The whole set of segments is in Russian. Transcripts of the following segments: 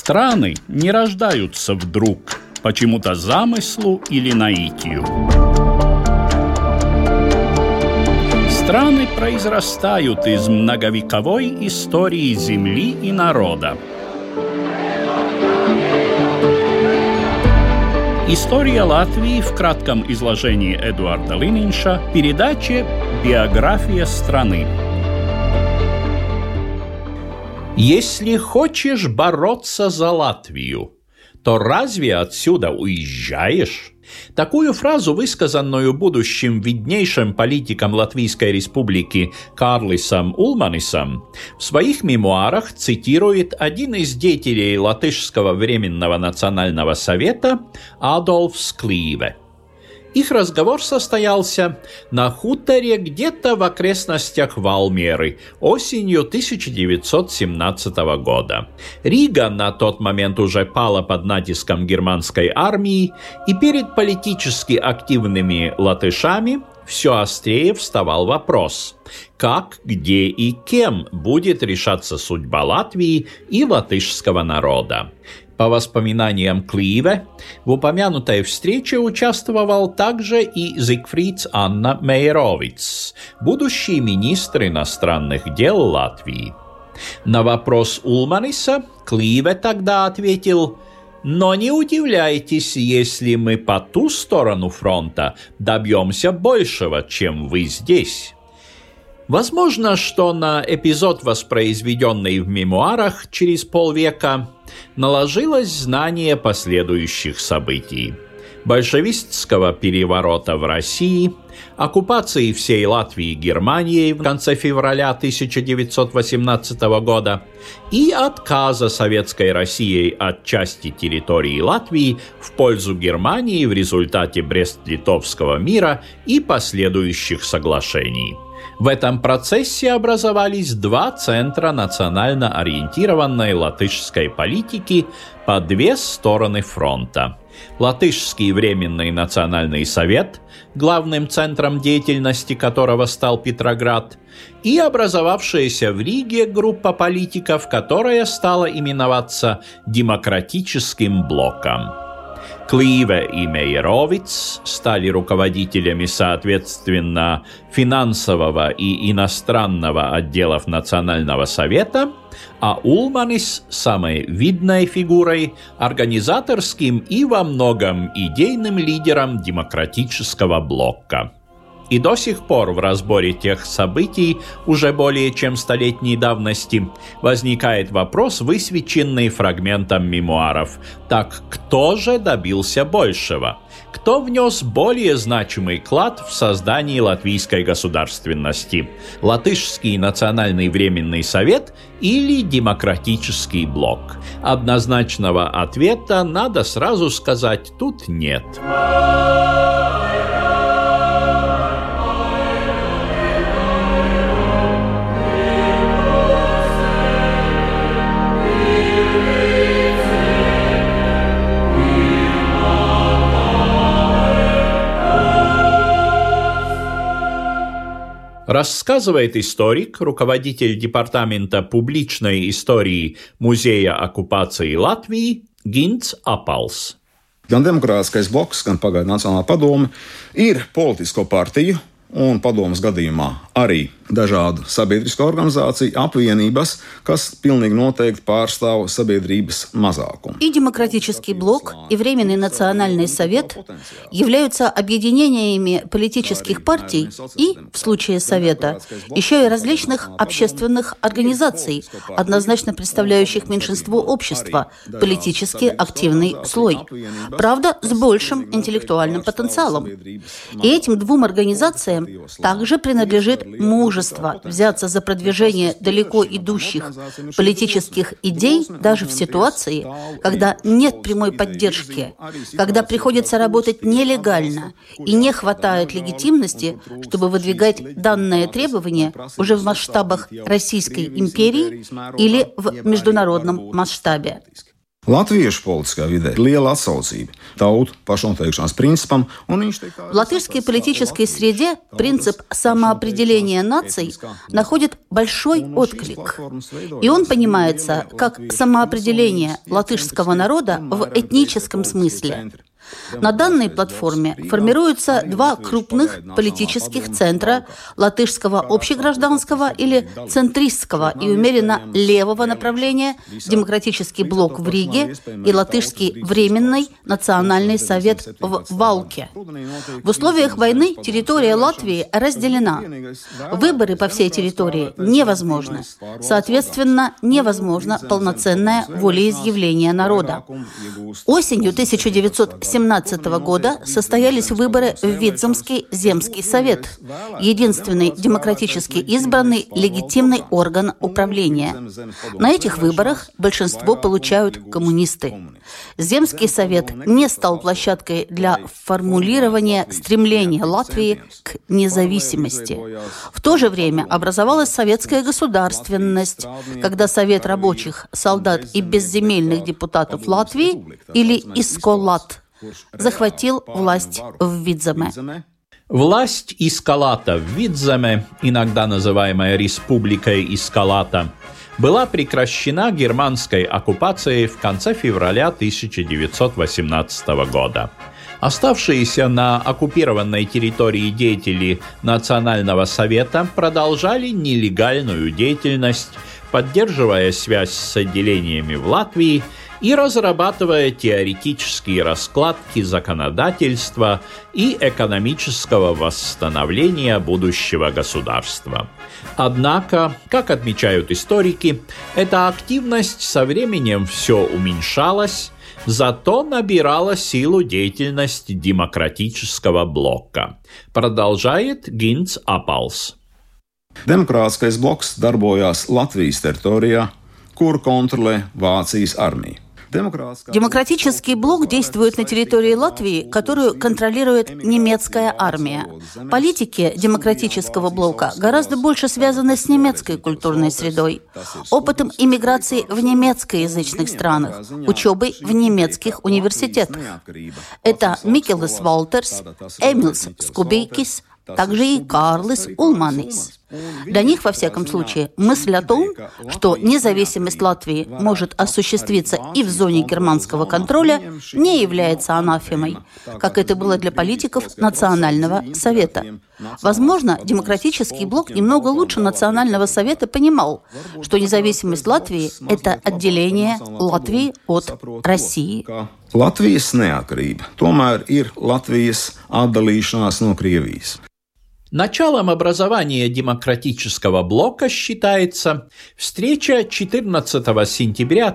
Страны не рождаются вдруг, почему-то замыслу или наитию. Страны произрастают из многовековой истории земли и народа. История Латвии в кратком изложении Эдуарда Лининша в передаче «Биография страны». Если хочешь бороться за Латвию, то разве отсюда уезжаешь? Такую фразу, высказанную будущим виднейшим политиком Латвийской Республики Карлисом Улманисом, в своих мемуарах цитирует один из деятелей Латышского временного национального совета Адольфс Клīve. Их разговор состоялся на хуторе где-то в окрестностях Валмеры осенью 1917 года. Рига на тот момент уже пала под натиском германской армии, и перед политически активными латышами все острее вставал вопрос, как, где и кем будет решаться судьба Латвии и латышского народа. По воспоминаниям Клīve, в упомянутой встрече участвовал также и Зигфрīds Анна Meijerovics, будущий министр иностранных дел Латвии. На вопрос Улманиса Клīve тогда ответил: «Но не удивляйтесь, если мы по ту сторону фронта добьемся большего, чем вы здесь». Возможно, что на эпизод, воспроизведенный в мемуарах через полвека, наложилось знание последующих событий: большевистского переворота в России, оккупации всей Латвии Германией в конце февраля 1918 года и отказа Советской Россией от части территории Латвии в пользу Германии в результате Брест-Литовского мира и последующих соглашений. В этом процессе образовались два центра национально ориентированной латышской политики по две стороны фронта. Латышский временный национальный совет, главным центром деятельности которого стал Петроград, и образовавшаяся в Риге группа политиков, которая стала именоваться Демократическим блоком. Клīve и Meijerovics стали руководителями, соответственно, финансового и иностранного отделов Национального совета, а Улманис – самой видной фигурой, организаторским и во многом идейным лидером Демократического блока. И до сих пор в разборе тех событий, уже более чем столетней давности, возникает вопрос, высвеченный фрагментом мемуаров. Так кто же добился большего? Кто внес более значимый вклад в создание латвийской государственности? Латышский национальный временный совет или Демократический блок? Однозначного ответа, надо сразу сказать, тут нет. Рассказывает историк, руководитель департамента публичной истории Музея оккупации Латвии Gints Apals. Gan Demokrātiskais bloks, gan Pagaidu Nacionālā padome ir politisko partiju un padomes gadījumā arī dažādu sabiedrisko organizāciju apvienības, kas pilnīgi noteikti pārstāv sabiedrības mazākumu. И Демократический блок, и Временный национальный совет являются объединениями политических партий и, в случае совета, еще и различных общественных организаций, однозначно представляющих меньшинство общества, политически активный слой. Правда, с большим интеллектуальным потенциалом. И этим двум организациям также принадлежит мужество взяться за продвижение далеко идущих политических идей даже в ситуации, когда нет прямой поддержки, когда приходится работать нелегально и не хватает легитимности, чтобы выдвигать данное требование уже в масштабах Российской империи или в международном масштабе. Latviešu politiskā vidē ir liela atsaucība tautu pašnoteikšanās принципам. В латышской политической среде принцип самоопределения наций находит большой отклик. И он понимается как самоопределение латышского народа в этническом смысле. На данной платформе формируются два крупных политических центра латышского общегражданского или центристского и умеренно левого направления Демократический блок в Риге и Латышский временный национальный совет в Валке. В условиях войны территория Латвии разделена. Выборы по всей территории невозможны. Соответственно, невозможно полноценное волеизъявление народа. Осенью 1917 года состоялись выборы в Видземский земский совет, единственный демократически избранный легитимный орган управления. На этих выборах большинство получают коммунисты. Земский совет не стал площадкой для формулирования стремления Латвии к независимости. В то же время образовалась советская государственность, когда Совет рабочих, солдат и безземельных депутатов Латвии, или ИСКОЛАТ, захватил власть в Видземе. Власть Искалата в Видземе, иногда называемая Республикой Искалата, была прекращена германской оккупацией в конце февраля 1918 года. Оставшиеся на оккупированной территории деятели Национального совета продолжали нелегальную деятельность, поддерживая связь с отделениями в Латвии и разрабатывая теоретические раскладки законодательства и экономического восстановления будущего государства. Однако, как отмечают историки, эта активность со временем все уменьшалась, зато набирала силу деятельность демократического блока. Продолжает Gints Apals. Demokrātiskais bloks darbojās Latvijas teritorijā, kuru kontrolē Vācijas armija. Демократический блок действует на территории Латвии, которую контролирует немецкая армия. Политики демократического блока гораздо больше связаны с немецкой культурной средой, опытом иммиграции в немецкоязычных странах, учебой в немецких университетах. Это Микелис Валтерс, Эмилс Скубейкис, также и Карлис Улманис. Для них, во всяком случае, мысль о том, что независимость Латвии может осуществиться и в зоне германского контроля, не является анафемой, как это было для политиков Национального совета. Возможно, демократический блок немного лучше Национального совета понимал, что независимость Латвии – это отделение Латвии от России. Latvijas neatkarība tomēr ir Latvijas atdalīšanās no Krievijas. Началом образования демократического блока считается встреча 14 сентября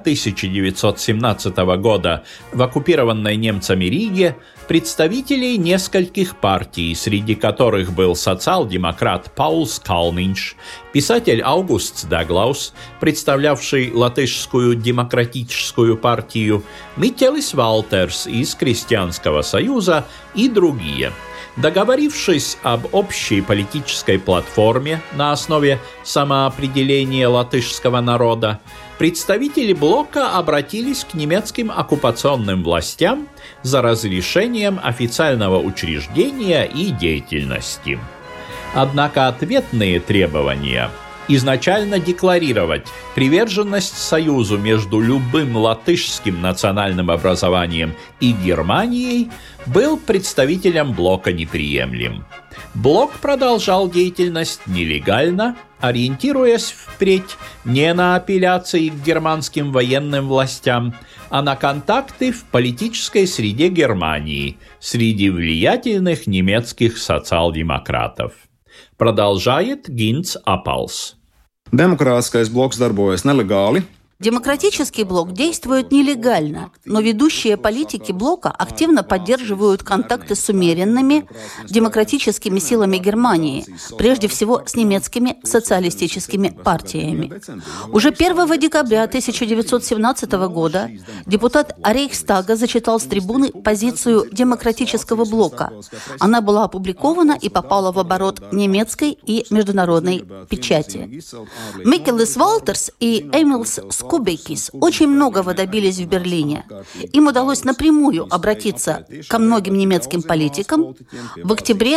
1917 года в оккупированной немцами Риге представителей нескольких партий, среди которых был социал-демократ Паулс Калнинш, писатель Аугустс Даглаус, представлявший латышскую демократическую партию, Микелис Валтерс из Крестьянского союза и другие. Договорившись об общей политической платформе на основе самоопределения латышского народа, представители блока обратились к немецким оккупационным властям за разрешением официального учреждения и деятельности. Однако ответные требования изначально декларировать приверженность союзу между любым латышским национальным образованием и Германией был представителям блока неприемлем. Блок продолжал деятельность нелегально, ориентируясь впредь не на апелляции к германским военным властям, а на контакты в политической среде Германии среди влиятельных немецких социал-демократов. Продолжает Gints Apals. Demokrātiskais bloks darbojas nelegāli. Демократический блок действует нелегально, но ведущие политики блока активно поддерживают контакты с умеренными демократическими силами Германии, прежде всего с немецкими социалистическими партиями. Уже 1 декабря 1917 года депутат Рейхстага зачитал с трибуны позицию демократического блока. Она была опубликована и попала в оборот немецкой и международной печати. Микелис Валтерс и Эмилс Kubekis очень многого добились в Берлине. Им удалось напрямую обратиться ко многим немецким политикам в октябре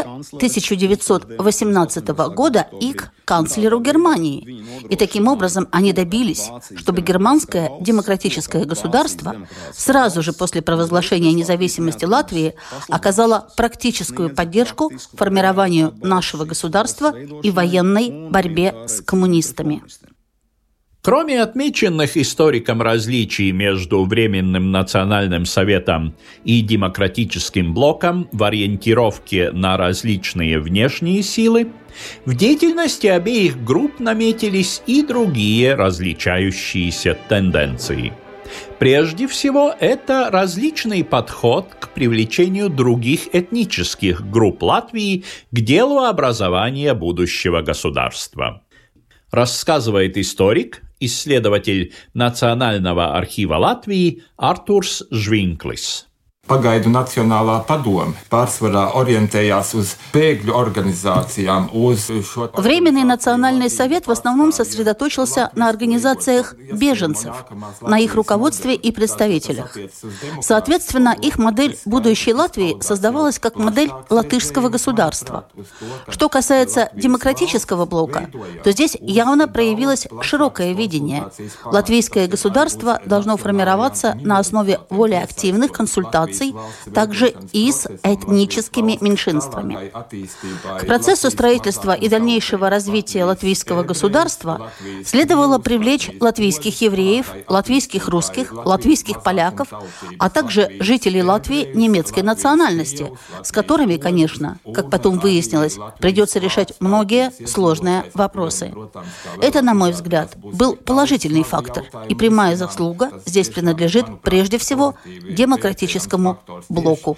1918 года и к канцлеру Германии. И таким образом они добились, чтобы германское демократическое государство сразу же после провозглашения независимости Латвии оказало практическую поддержку формированию нашего государства и военной борьбе с коммунистами. Кроме отмеченных историком различий между Временным национальным советом и демократическим блоком в ориентировке на различные внешние силы, в деятельности обеих групп наметились и другие различающиеся тенденции. Прежде всего, это различный подход к привлечению других этнических групп Латвии к делу образования будущего государства. Рассказывает историк, исследователь Национального архива Латвии Arturs Žvinklis. Pagaidu Nacionālā padome pārsvarā orientējās uz bēgļu организациям. Временный национальный совет в основном сосредоточился на организациях беженцев, на их руководстве и представителях. Соответственно, их модель будущей Латвии создавалась как модель латышского государства. Что касается демократического блока, то здесь явно проявилось широкое видение. Латвийское государство должно формироваться на основе более активных консультаций, также и с этническими меньшинствами. К процессу строительства и дальнейшего развития латвийского государства следовало привлечь латвийских евреев, латвийских русских, латвийских поляков, а также жителей Латвии немецкой национальности, с которыми, конечно, как потом выяснилось, придется решать многие сложные вопросы. Это, на мой взгляд, был положительный фактор, и прямая заслуга здесь принадлежит прежде всего демократическому блоку.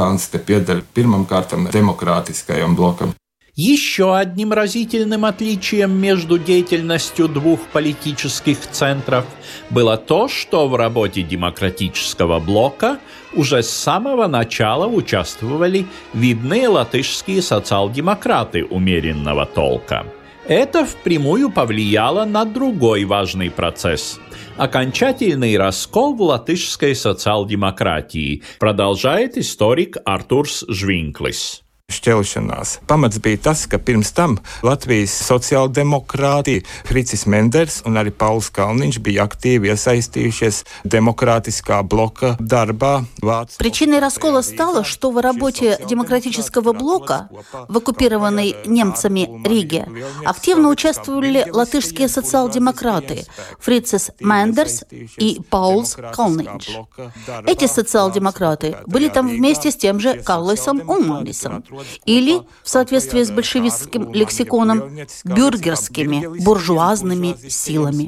Еще одним разительным отличием между деятельностью двух политических центров было то, что в работе демократического блока уже с самого начала участвовали видные латышские социал-демократы умеренного толка. Это впрямую повлияло на другой важный процесс – окончательный раскол в латышской социал-демократии, продолжает историк Arturs Žvinklis. Šķelšanās. Pamats bija tas, ka pirms tam Latvijas sociāldemokrāti Fricis Menders un arī Pauls Kalniņš bija aktīvi iesaistījušies демократического блока дarbā. Причиной раскола стало, что в работе демократического блока в оккупированной немцами Риге активно участвовали латышские социал-демократы Фрицис Мендерс и Паулс Калнинш. Эти социал-демократы были там вместе с тем же Карлосом Улманисом, или, в соответствии с большевистским лексиконом, бюргерскими, буржуазными силами.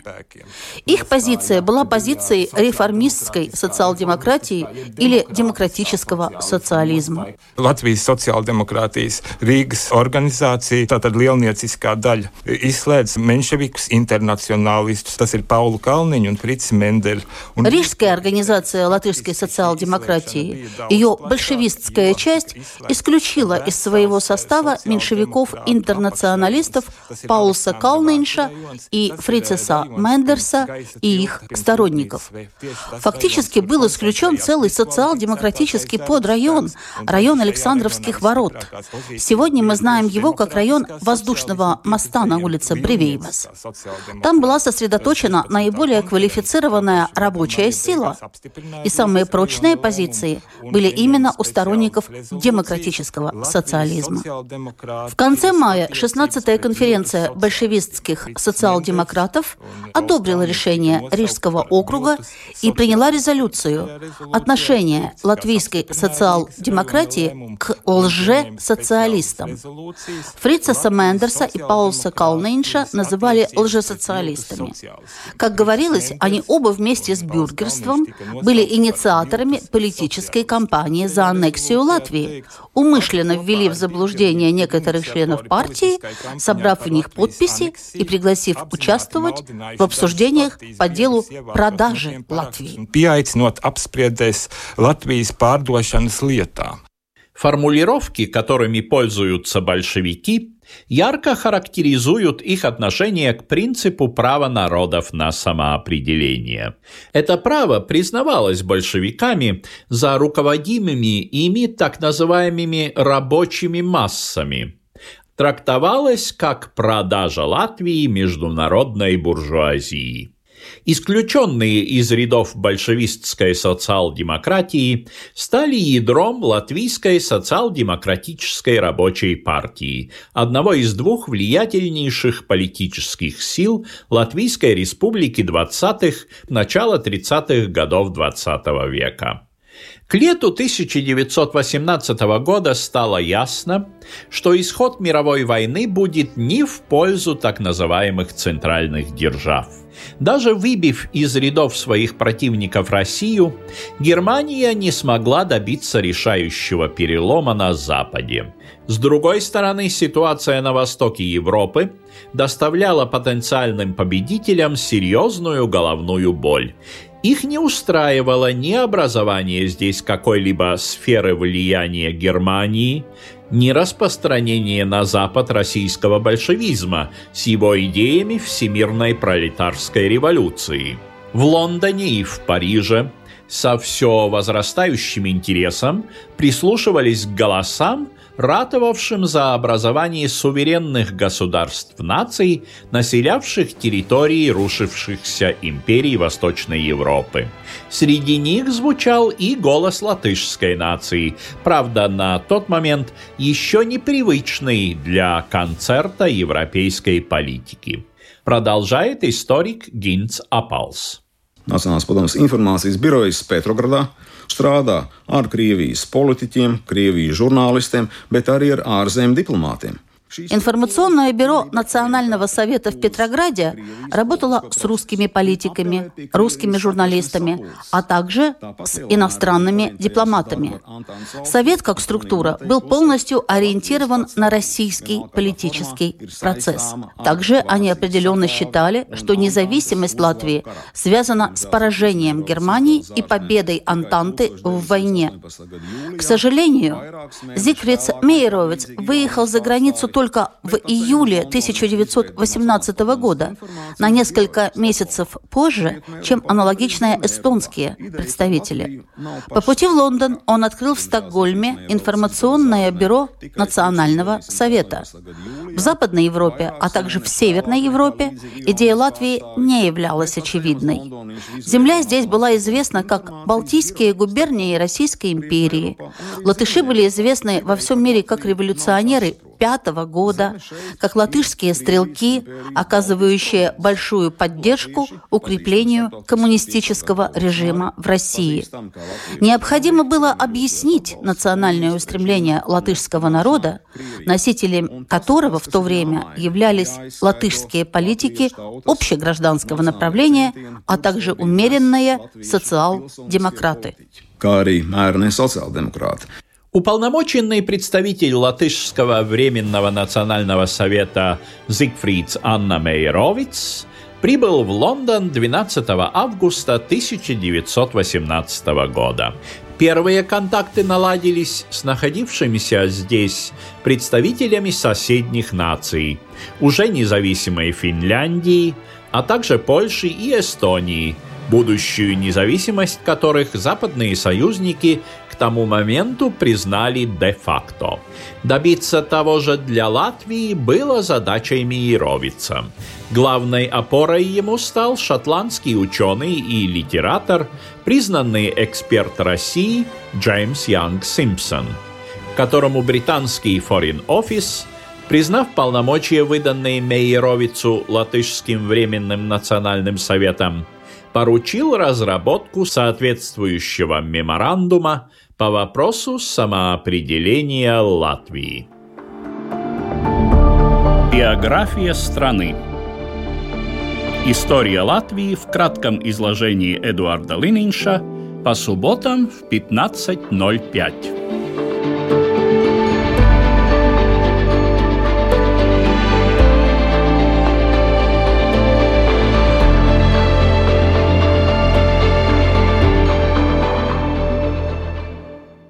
Их позиция была позицией реформистской социал-демократии или демократического социализма. Latvijas sociāldemokrātijas Rīgas organizācija, tātad lielnieciskā daļa, izslēdz menševikus, internacionālistus, tas ir Paulu Kalniņu un Fricis Menderi. Рижская организация латышской социал-демократии, ее большевистская часть, исключила из своего состава меньшевиков-интернационалистов Паулса Калнинша и Фрициса Мендерса и их сторонников. Фактически был исключен целый социал-демократический подрайон, район Александровских ворот. Сегодня мы знаем его как район воздушного моста на улице Бревеймас. Там была сосредоточена наиболее квалифицированная рабочая сила, и самые прочные позиции были именно у сторонников демократического социализма. В конце мая 16-я конференция большевистских социал-демократов одобрила решение Рижского округа и приняла резолюцию «Отношение латвийской социал-демократии к лже-социалистам». Фрициса Мендерса и Паулса Калнинша называли лжесоциалистами. Как говорилось, они оба вместе с бюргерством были инициаторами политической кампании за аннексию Латвии, умышленно ввели в заблуждение некоторых членов партии, собрав в них подписи и пригласив участвовать в обсуждениях по делу продажи Латвии. Формулировки, которыми пользуются большевики, ярко характеризуют их отношение к принципу права народов на самоопределение. Это право признавалось большевиками за руководимыми ими так называемыми рабочими массами. Трактовалось как продажа Латвии международной буржуазии. Исключенные из рядов большевистской социал-демократии стали ядром Латвийской социал-демократической рабочей партии, одного из двух влиятельнейших политических сил Латвийской республики 20-х, начала 30-х годов XX века. К лету 1918 года стало ясно, что исход мировой войны будет не в пользу так называемых центральных держав. Даже выбив из рядов своих противников Россию, Германия не смогла добиться решающего перелома на Западе. С другой стороны, ситуация на востоке Европы доставляла потенциальным победителям серьезную головную боль. Их не устраивало ни образование здесь какой-либо сферы влияния Германии, ни распространение на Запад российского большевизма с его идеями всемирной пролетарской революции. В Лондоне и в Париже со все возрастающим интересом прислушивались к голосам, ратовавшим за образование суверенных государств-наций, населявших территории рушившихся империй Восточной Европы. Среди них звучал и голос латышской нации, правда, на тот момент еще непривычный для концерта европейской политики. Продолжает историк Gints Apals. Nacionālās padomes informācijas birojas Petrogradā strādā ar Krievijas politiķiem, Krievijas žurnālistiem, bet arī ar ārzemju diplomātiem. Информационное бюро Национального совета в Петрограде работало с русскими политиками, русскими журналистами, а также с иностранными дипломатами. Совет как структура был полностью ориентирован на российский политический процесс. Также они определенно считали, что независимость Латвии связана с поражением Германии и победой Антанты в войне. К сожалению, Зигфридс Мейеровиц выехал за границу только в июле 1918 года, на несколько месяцев позже, чем аналогичные эстонские представители. По пути в Лондон он открыл в Стокгольме информационное бюро Национального совета. В Западной Европе, а также в Северной Европе идея Латвии не являлась очевидной. Земля здесь была известна как Балтийские губернии Российской империи. Латыши были известны во всем мире как революционеры 1905 года, как латышские стрелки, оказывающие большую поддержку укреплению коммунистического режима в России. Необходимо было объяснить национальное устремление латышского народа, носителем которого в то время являлись латышские политики общегражданского направления, а также умеренные социал-демократы. Уполномоченный представитель Латышского временного национального совета Зигфридс Анна Мейеровиц прибыл в Лондон 12 августа 1918 года. Первые контакты наладились с находившимися здесь представителями соседних наций, уже независимой Финляндии, а также Польши и Эстонии, будущую независимость которых западные союзники к тому моменту признали де-факто. Добиться того же для Латвии было задачей Мейеровица. Главной опорой ему стал шотландский ученый и литератор, признанный эксперт России Джеймс Янг Симпсон, которому британский Foreign Office, признав полномочия, выданные Мейеровицу Латышским временным национальным советом, поручил разработку соответствующего меморандума по вопросу самоопределения Латвии. Биография страны. История Латвии в кратком изложении Эдуарда Лининша по субботам в 15:05.